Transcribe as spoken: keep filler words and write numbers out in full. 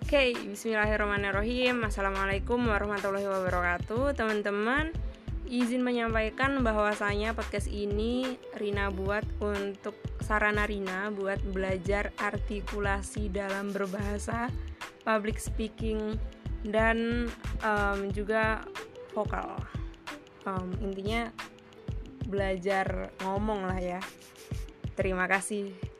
Oke, bismillahirrahmanirrahim. Assalamualaikum warahmatullahi wabarakatuh. Teman-teman, izin menyampaikan bahwasanya podcast ini Rina buat untuk sarana Rina buat belajar artikulasi dalam berbahasa, public speaking, dan um, juga vokal. um, Intinya belajar ngomong lah ya. Terima kasih.